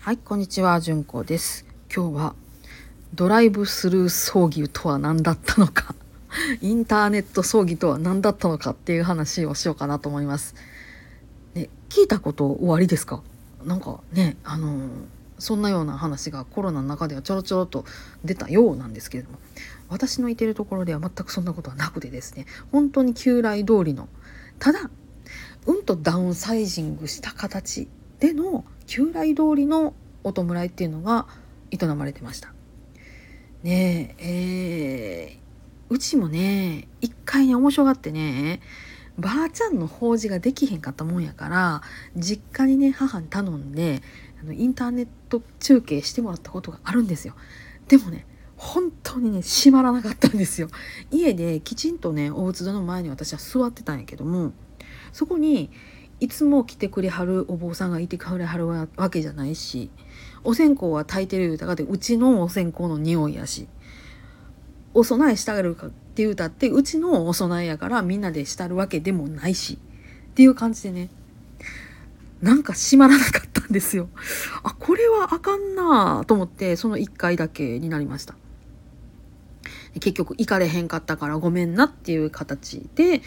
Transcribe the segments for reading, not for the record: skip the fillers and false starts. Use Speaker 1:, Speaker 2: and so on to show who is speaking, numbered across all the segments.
Speaker 1: はい、こんにちは、じゅんこです。今日はドライブスルー葬儀とは何だったのかインターネット葬儀とは何だったのかっていう話をしようかなと思います。ね、聞いたことおありですか？なんかね、そんなような話がコロナの中ではちょろちょろと出たようなんですけれども、私のいてるところでは全くそんなことはなくてですね、本当に旧来通りの、ただとダウンサイジングした形での旧来通りのお弔いっていうのが営まれてましたね。うちもね一回ね面白がってね、ばあちゃんの法事ができへんかったもんやから実家にね母に頼んでインターネット中継してもらったことがあるんですよ。でもね本当にね閉まらなかったんですよ。家できちんとねお仏壇の前に私は座ってたんやけども、そこにいつも来てくれはるお坊さんがいてくれはるわけじゃないし、お線香は焚いてる歌がでうちのお線香の匂いやし、お供えしたがるかっていう歌ってうちのお供えやからみんなでしたるわけでもないしっていう感じでね、なんか閉まらなかったんですよ。これはあかんなと思って、その1回だけになりました。結局行かれへんかったからごめんなっていう形で、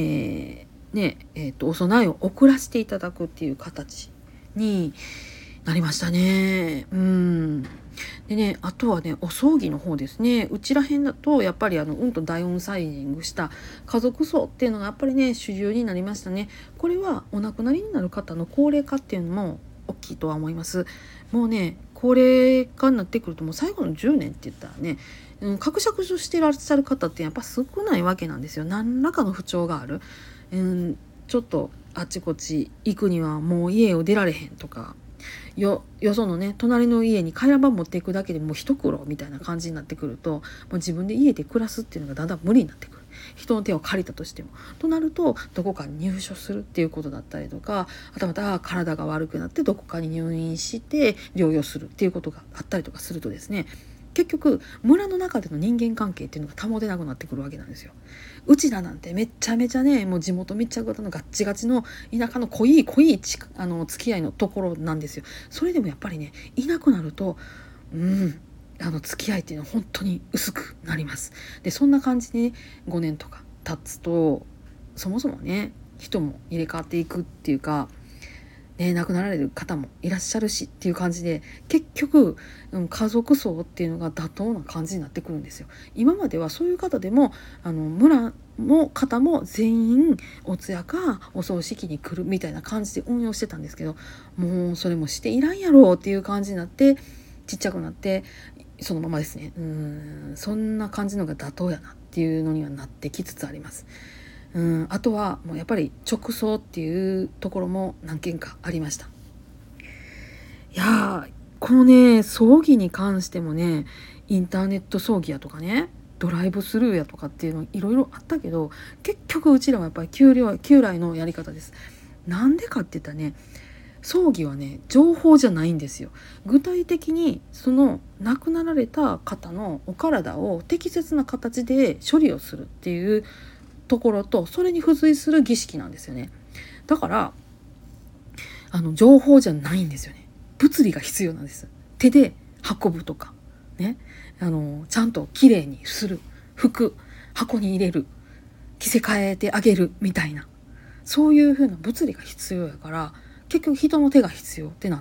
Speaker 1: お供えを送らせていただくっていう形になりましたね。でね、あとはねお葬儀の方ですね。うちらへんだとやっぱりダウンサイジングした家族葬っていうのがやっぱりね主流になりましたね。これはお亡くなりになる方の高齢化っていうのも大きいとは思います。もうね高齢化になってくるともう最後の10年って言ったらね、確釈していらっしゃる方ってやっぱ少ないわけなんですよ。何らかの不調がある、ちょっとあっちこっち行くにはもう家を出られへんとか、よそのね隣の家に回覧板持っていくだけでもう一苦労みたいな感じになってくると、もう自分で家で暮らすっていうのがだんだん無理になってくる。人の手を借りたとしてもとなるとどこかに入所するっていうことだったりとか、はたまた体が悪くなってどこかに入院して療養するっていうことがあったりとかするとですね、結局村の中での人間関係っていうのが保てなくなってくるわけなんですよ。うちらなんてめちゃめちゃねもう地元密着型のガッチガチの田舎の濃い付き合いのところなんですよ。それでもやっぱりねいなくなると付き合いっていうのは本当に薄くなります。でそんな感じで、ね、5年とか経つとそもそもね人も入れ替わっていくっていうか、亡くなられる方もいらっしゃるしっていう感じで、結局、家族葬っていうのが妥当な感じになってくるんですよ。今まではそういう方でも村の方も全員お通夜かお葬式に来るみたいな感じで運用してたんですけど、もうそれもしていらんやろうっていう感じになってちっちゃくなってそのままですね。そんな感じのが妥当やなっていうのにはなってきつつあります。あとはもうやっぱり直葬っていうところも何件かありました。いやー、このね葬儀に関してもね、インターネット葬儀やとかねドライブスルーやとかっていうのいろいろあったけど、結局うちらはやっぱり旧来のやり方です。なんでかって言ったらね、葬儀はね情報じゃないんですよ。具体的にその亡くなられた方のお体を適切な形で処理をするっていうところと、それに付随する儀式なんですよね。だから情報じゃないんですよね。物理が必要なんです。手で運ぶとかね、ちゃんときれいにする、箱に入れる、着せ替えてあげるみたいな、そういう風な物理が必要やから、結局人の手が必要ってなって、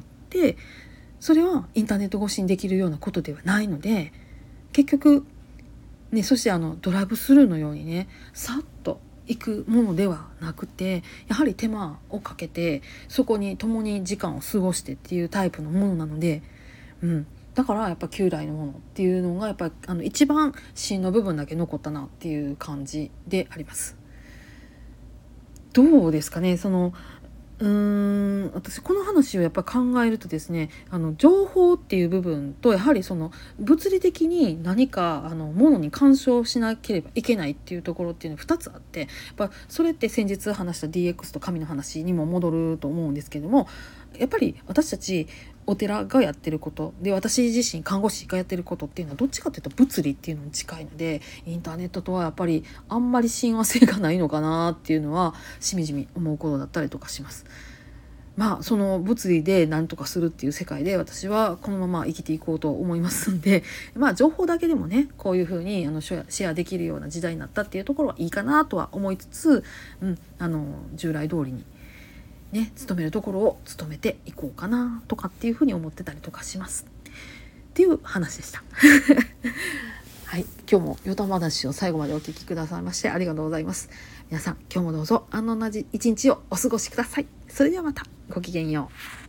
Speaker 1: それはインターネット越しにできるようなことではないので、結局ね、そしてドライブスルーのようにねさっと行くものではなくて、やはり手間をかけてそこに共に時間を過ごしてっていうタイプのものなので、だからやっぱ旧来のものっていうのがやっぱり一番芯の部分だけ残ったなっていう感じであります。どうですかね、私この話をやっぱ考えるとですね、情報っていう部分とやはりその物理的に何かものに干渉しなければいけないっていうところっていうのが2つあって、やっぱそれって先日話した DX と神の話にも戻ると思うんですけども、やっぱり私たちお寺がやってることで、私自身看護師がやってることっていうのはどっちかというと物理っていうのに近いので、インターネットとはやっぱりあんまり親和性がないのかなっていうのはしみじみ思うことだったりとかします。 その物理で何とかするっていう世界で私はこのまま生きていこうと思いますんで、情報だけでもねこういうふうにシェアできるような時代になったっていうところはいいかなとは思いつつ、従来通りにね勤めるところを勤めていこうかなとかっていうふうに思ってたりとかしますっていう話でした。はい、今日もよた話を最後までお聞きくださいましてありがとうございます。皆さん今日もどうぞ同じ一日をお過ごしください。それではまたごきげんよう。